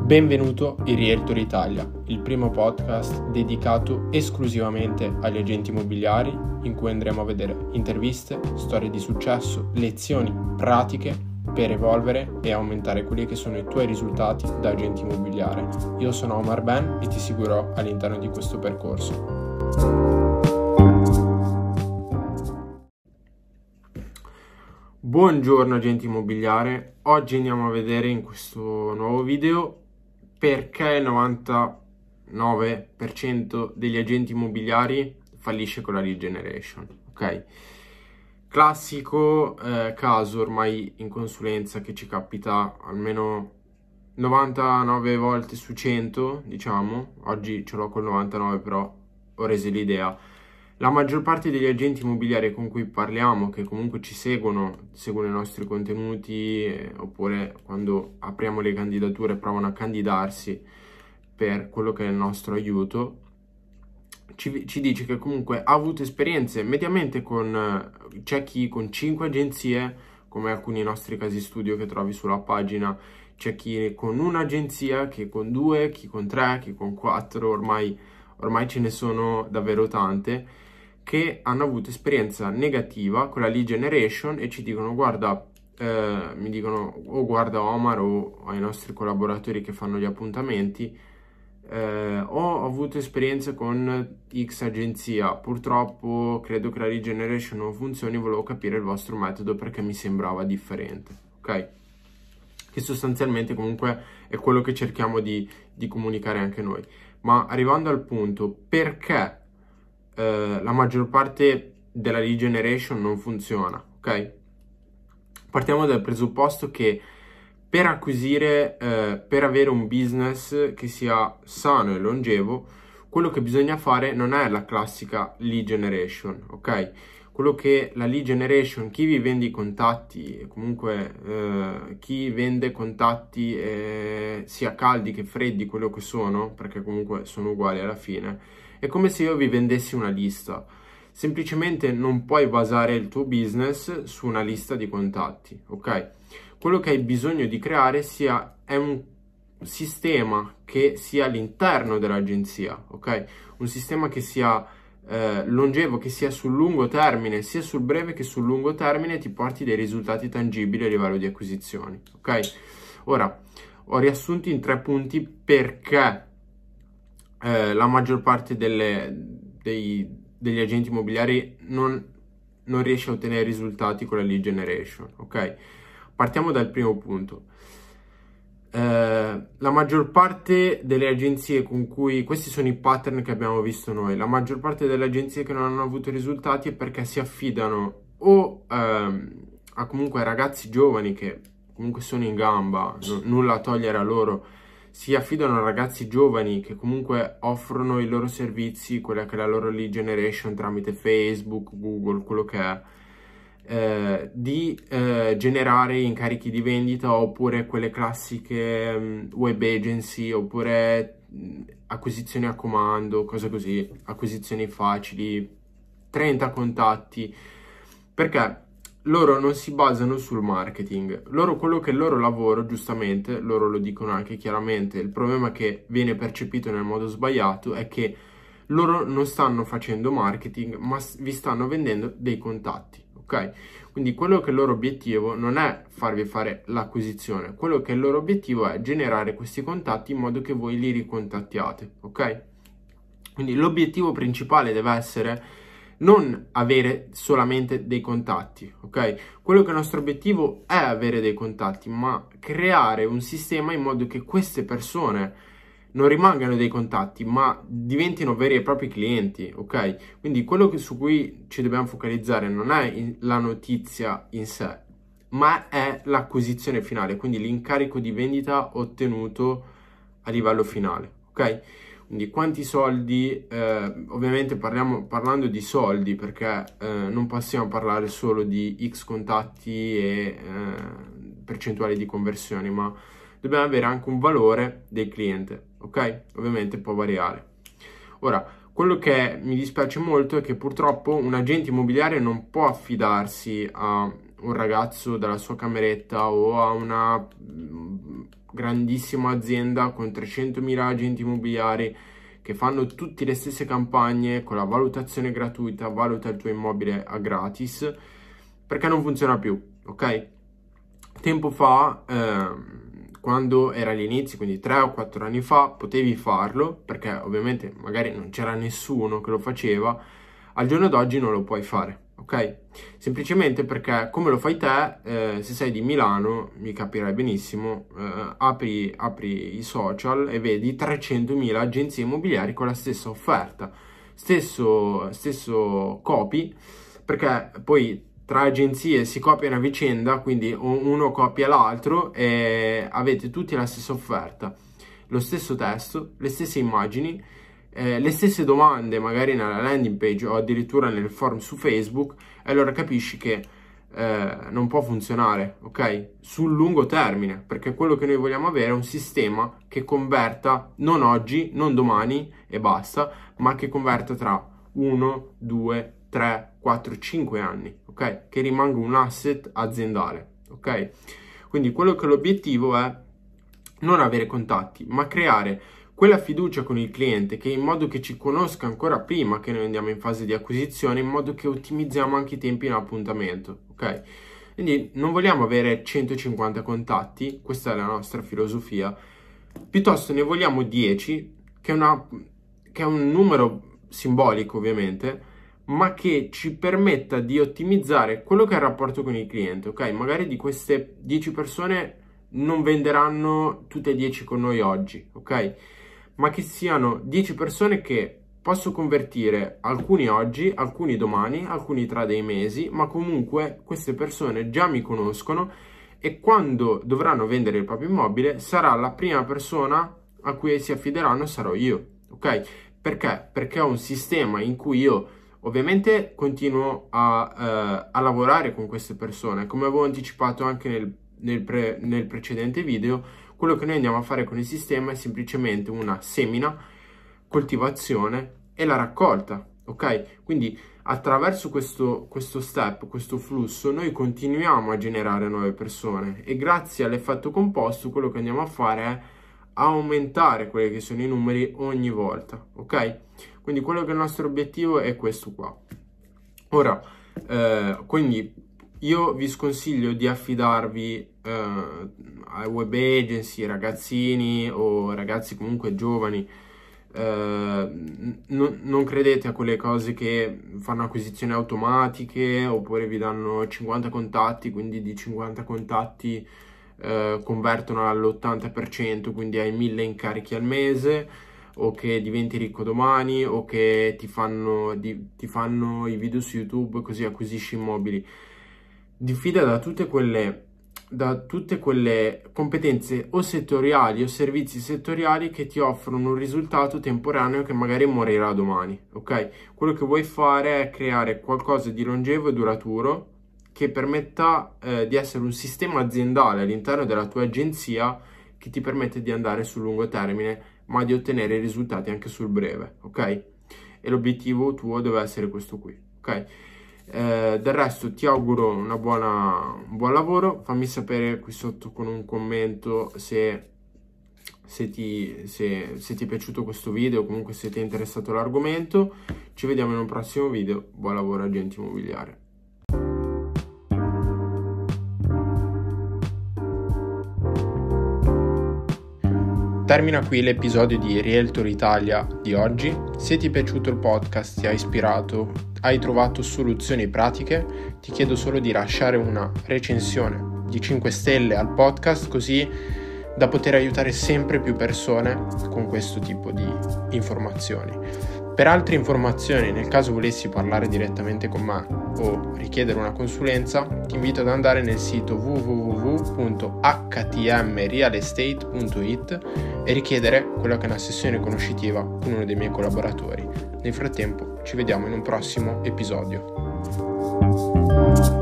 Benvenuto in Realtor Italia, il primo podcast dedicato esclusivamente agli agenti immobiliari, in cui andremo a vedere interviste, storie di successo, lezioni pratiche per evolvere e aumentare quelli che sono i tuoi risultati da agente immobiliare. Io sono Omar Ben e ti seguirò all'interno di questo percorso. Buongiorno agente immobiliare, oggi andiamo a vedere in questo nuovo video perché il 99% degli agenti immobiliari fallisce con la lead generation, ok? Classico caso ormai in consulenza che ci capita almeno 99 volte su 100, diciamo, oggi ce l'ho col 99 però ho reso l'idea. La maggior parte degli agenti immobiliari con cui parliamo, che comunque ci seguono i nostri contenuti, oppure quando apriamo le candidature provano a candidarsi per quello che è il nostro aiuto, ci dice che comunque ha avuto esperienze mediamente c'è chi con 5 agenzie, come alcuni nostri casi studio che trovi sulla pagina, c'è chi con un'agenzia, chi con 2, chi con 3, chi con 4, ormai ce ne sono davvero tante, che hanno avuto esperienza negativa con la lead generation e ci dicono guarda, mi dicono guarda Omar o ai nostri collaboratori che fanno gli appuntamenti, ho avuto esperienza con X agenzia, purtroppo credo che la lead generation non funzioni, volevo capire il vostro metodo perché mi sembrava differente, ok? Che sostanzialmente comunque è quello che cerchiamo di comunicare anche noi. Ma arrivando al punto, perché la maggior parte della lead generation non funziona, ok? Partiamo dal presupposto che per acquisire, per avere un business che sia sano e longevo, quello che bisogna fare non è la classica lead generation, ok? Quello che la lead generation, chi vi vende i contatti, comunque chi vende contatti sia caldi che freddi, quello che sono, perché comunque sono uguali alla fine, è come se io vi vendessi una lista. Semplicemente non puoi basare il tuo business su una lista di contatti, ok? Quello che hai bisogno di creare è un sistema che sia all'interno dell'agenzia, ok? Un sistema che sia longevo, che sia sul lungo termine, sia sul breve che sul lungo termine, ti porti dei risultati tangibili a livello di acquisizioni, ok? Ora, ho riassunto in 3 punti perché la maggior parte degli agenti immobiliari non riesce a ottenere risultati con la lead generation, ok? Partiamo dal primo punto. La maggior parte delle agenzie con cui, questi sono i pattern che abbiamo visto noi, la maggior parte delle agenzie che non hanno avuto risultati è perché si affidano o a comunque ragazzi giovani che comunque sono in gamba, nulla a togliere a loro, si affidano a ragazzi giovani che comunque offrono i loro servizi, quella che è la loro lead generation tramite Facebook, Google, quello che è, di generare incarichi di vendita, oppure quelle classiche web agency, oppure acquisizioni a comando, cose così, acquisizioni facili, 30 contatti, perché loro non si basano sul marketing. Quello che è il loro lavoro, giustamente, loro lo dicono anche chiaramente, il problema che viene percepito nel modo sbagliato è che loro non stanno facendo marketing, ma vi stanno vendendo dei contatti, ok? Quindi quello che è il loro obiettivo non è farvi fare l'acquisizione, quello che è il loro obiettivo è generare questi contatti in modo che voi li ricontattiate, ok? Quindi l'obiettivo principale deve essere non avere solamente dei contatti, ok? Quello che è il nostro obiettivo è avere dei contatti, ma creare un sistema in modo che queste persone non rimangano dei contatti, ma diventino veri e propri clienti, ok? Quindi quello su cui ci dobbiamo focalizzare non è la notizia in sé, ma è l'acquisizione finale, quindi l'incarico di vendita ottenuto a livello finale, ok? Quindi quanti soldi, ovviamente parlando di soldi, perché non possiamo parlare solo di X contatti e percentuali di conversioni, ma dobbiamo avere anche un valore del cliente, ok? Ovviamente può variare. Ora, quello che mi dispiace molto è che purtroppo un agente immobiliare non può affidarsi a un ragazzo dalla sua cameretta o a una grandissima azienda con 300.000 agenti immobiliari che fanno tutte le stesse campagne con la valutazione gratuita, valuta il tuo immobile a gratis, perché non funziona più, ok? Tempo fa, quando era agli inizi, quindi 3 o 4 anni fa, potevi farlo, perché ovviamente magari non c'era nessuno che lo faceva. Al giorno d'oggi non lo puoi fare, ok? Semplicemente perché come lo fai te, se sei di Milano, mi capirai benissimo, apri i social e vedi 300.000 agenzie immobiliari con la stessa offerta, stesso copy, perché poi tra agenzie si copiano a vicenda, quindi uno copia l'altro e avete tutti la stessa offerta, lo stesso testo, le stesse immagini, le stesse domande magari nella landing page o addirittura nel form su Facebook, e allora capisci che non può funzionare, ok? Sul lungo termine, perché quello che noi vogliamo avere è un sistema che converta non oggi, non domani e basta, ma che converta tra 1, 2, 3, 4, 5 anni, ok? Che rimanga un asset aziendale, ok? Quindi quello che l'obiettivo è non avere contatti, ma creare quella fiducia con il cliente, che in modo che ci conosca ancora prima che noi andiamo in fase di acquisizione, in modo che ottimizziamo anche i tempi in appuntamento, ok? Quindi non vogliamo avere 150 contatti, questa è la nostra filosofia, piuttosto ne vogliamo 10, che è un numero simbolico ovviamente, ma che ci permetta di ottimizzare quello che è il rapporto con il cliente, ok? Magari di queste 10 persone non venderanno tutte e 10 con noi oggi, ok? Ma che siano 10 persone che posso convertire, alcuni oggi, alcuni domani, alcuni tra dei mesi, ma comunque queste persone già mi conoscono e quando dovranno vendere il proprio immobile sarà la prima persona a cui si affideranno, sarò io, ok? Perché? Perché ho un sistema in cui io ovviamente continuo a lavorare con queste persone, come avevo anticipato anche nel precedente video. Quello che noi andiamo a fare con il sistema è semplicemente una semina, coltivazione e la raccolta, ok? Quindi attraverso questo step, questo flusso, noi continuiamo a generare nuove persone e grazie all'effetto composto quello che andiamo a fare è aumentare quelli che sono i numeri ogni volta, ok? Quindi quello che è il nostro obiettivo è questo qua. Ora, quindi io vi sconsiglio di affidarvi a web agency, ragazzini o ragazzi comunque giovani. Non credete a quelle cose che fanno acquisizioni automatiche oppure vi danno 50 contatti, quindi di 50 contatti convertono all'80%, quindi hai 1000 incarichi al mese, o che diventi ricco domani, o che ti fanno i video su YouTube così acquisisci immobili. Diffida da tutte quelle competenze o settoriali o servizi settoriali che ti offrono un risultato temporaneo che magari morirà domani, ok? Quello che vuoi fare è creare qualcosa di longevo e duraturo che permetta di essere un sistema aziendale all'interno della tua agenzia che ti permette di andare sul lungo termine ma di ottenere risultati anche sul breve, ok? E l'obiettivo tuo deve essere questo qui, ok? Del resto ti auguro un buon lavoro. Fammi sapere qui sotto con un commento se ti è piaciuto questo video o comunque se ti è interessato l'argomento. Ci vediamo in un prossimo video. Buon lavoro agente immobiliare. Termina qui l'episodio di Realtor Italia di oggi. Se ti è piaciuto il podcast, ti ha ispirato, hai trovato soluzioni pratiche, ti chiedo solo di lasciare una recensione di 5 stelle al podcast, così da poter aiutare sempre più persone con questo tipo di informazioni. Per altre informazioni, nel caso volessi parlare direttamente con me o richiedere una consulenza, ti invito ad andare nel sito www.htmrealestate.it e richiedere quella che è una sessione conoscitiva con uno dei miei collaboratori. Nel frattempo ci vediamo in un prossimo episodio.